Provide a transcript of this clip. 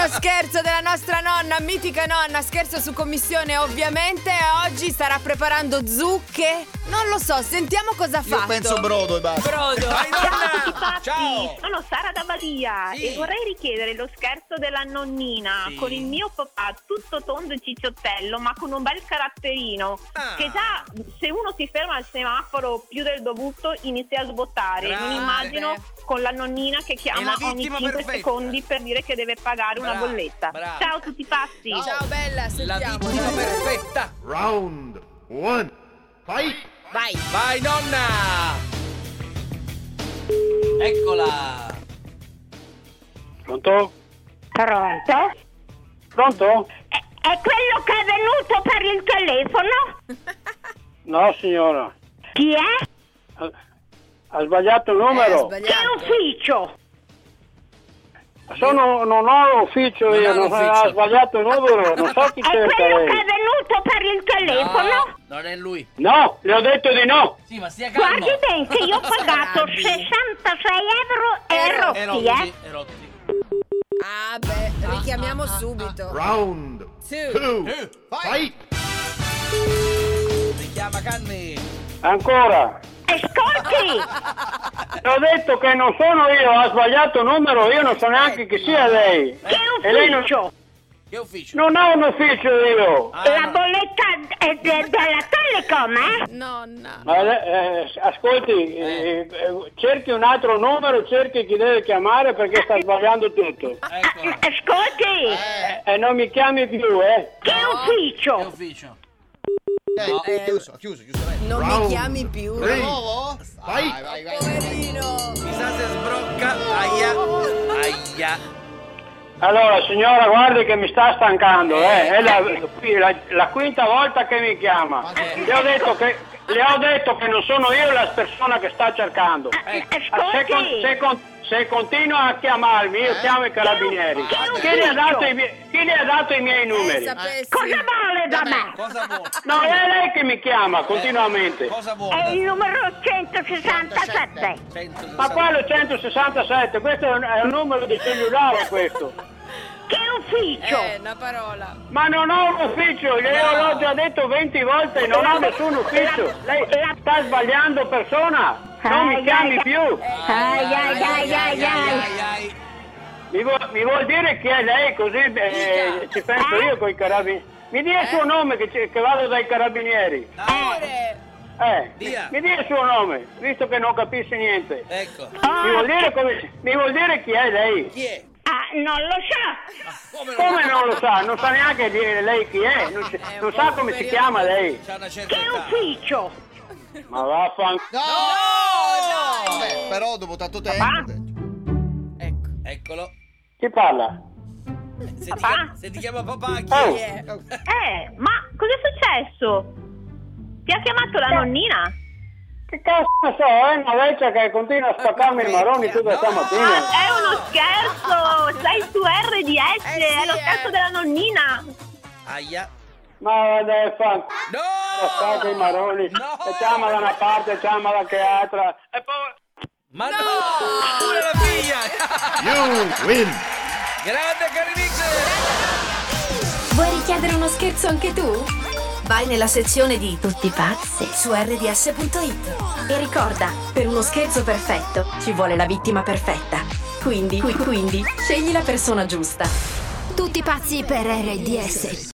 uno scherzo della nostra nonna, mitica nonna, scherzo su commissione ovviamente. Oggi starà preparando zucche. Non lo so, sentiamo cosa ha fatto. Io penso brodo e basta. Brodo. Ciao a tutti pazzi, Ciao. sono Sara da Badia Sì. e vorrei richiedere lo scherzo della nonnina Sì. con il mio papà tutto tondo e cicciottello ma con un bel caratterino che già se uno si ferma al semaforo più del dovuto inizia a sbottare. Non Grande. immagino con la nonnina che chiama È la ogni vittima 5 perfetta. secondi per dire che deve pagare una Brava, bolletta. brava. Ciao a tutti pazzi. Ciao bella, La sentiamo. vittima perfetta. Round one, fight! Vai. Vai nonna. Eccola. Pronto? Pronto? Pronto? È quello che è venuto per il telefono? No signora, Chi è? ha sbagliato il numero. Che ufficio? Non ho ufficio Non io, ha l'ufficio. ha sbagliato il numero, non so chi È cerca quello lei. che è venuto per il telefono? No, non è lui. No, le ho detto di no. Sì, ma stia calmo. Guardi bene che io ho pagato Arrabbi. 66 euro e È rotti, rotti, è rotti. Ah beh, richiamiamo subito. Round Two. two, fight! Richiama Canni. Ancora. Ascolti! Le ho detto che non sono io, ha sbagliato il numero, io non so neanche chi sia lei. Che E lei non, ufficio? Che ufficio? non ho un ufficio io. La no. bolletta è della Telecom, eh? Nonna. Ma ascolti, cerchi un altro numero, cerchi chi deve chiamare perché sta sbagliando tutto. Eccola. Ascolti! E non mi chiami più, eh. Che Che ufficio? ufficio? Chiuso, giustamente. Non mi chiami più. Three, Vai, fight! Poverino. Chissà se sbrocca. Aia. Aia. Allora signora guardi che mi sta stancando, è la quinta volta che mi chiama. Le ho detto che non sono io la persona che sta cercando. Ascolti! Se continua a chiamarmi io chiamo i carabinieri. Chi le ha dato i miei numeri? Sapessi. Cosa vuole da me? Cosa vuole? No, è lei che mi chiama continuamente. Cosa È vuole? il numero 167. Ma quello è 167, questo è un numero di cellulare questo. Che ufficio? Una parola. Ma non ho un ufficio, io l'ho già detto 20 volte, non ho nessun ufficio. Lei sta sbagliando persona, non mi chiami più. Ai ai ai ai ai. Mi vuol dire chi è lei così ci penso io con i carabinieri. Mi dia il suo nome che vado dai carabinieri. Pure. Dia. Mi dia il suo nome, visto che non capisce niente. Ecco. Mi vuol dire chi è lei? Chi è? Ah, non lo so. Come non lo sa? Non sa neanche dire lei chi è, non sa come si chiama lei. C'ha una certa Che età. ufficio? Ma vaffanculo. No! Vabbè, però dopo tanto tempo. Ecco. Eccolo. Chi parla? Se ti chiama papà, chi Oh. è? Ma cos'è successo? Ti ha chiamato la nonnina? Che cazzo ne so, è una vecchia che continua a spaccarmi i maroni tutta stamattina. È uno scherzo! Sei su RDS, è lo scherzo della nonnina! Aia. Ma vada fa No! spacca i maroni. No! E chiama da una parte, chiama da che altra. E poi... Ma no! Pure la figlia! You win! Grande Carinix! Vuoi richiedere uno scherzo anche tu? Vai nella sezione di Tutti pazzi su rds.it e ricorda, per uno scherzo perfetto ci vuole la vittima perfetta. Quindi, scegli la persona giusta. Tutti pazzi per RDS.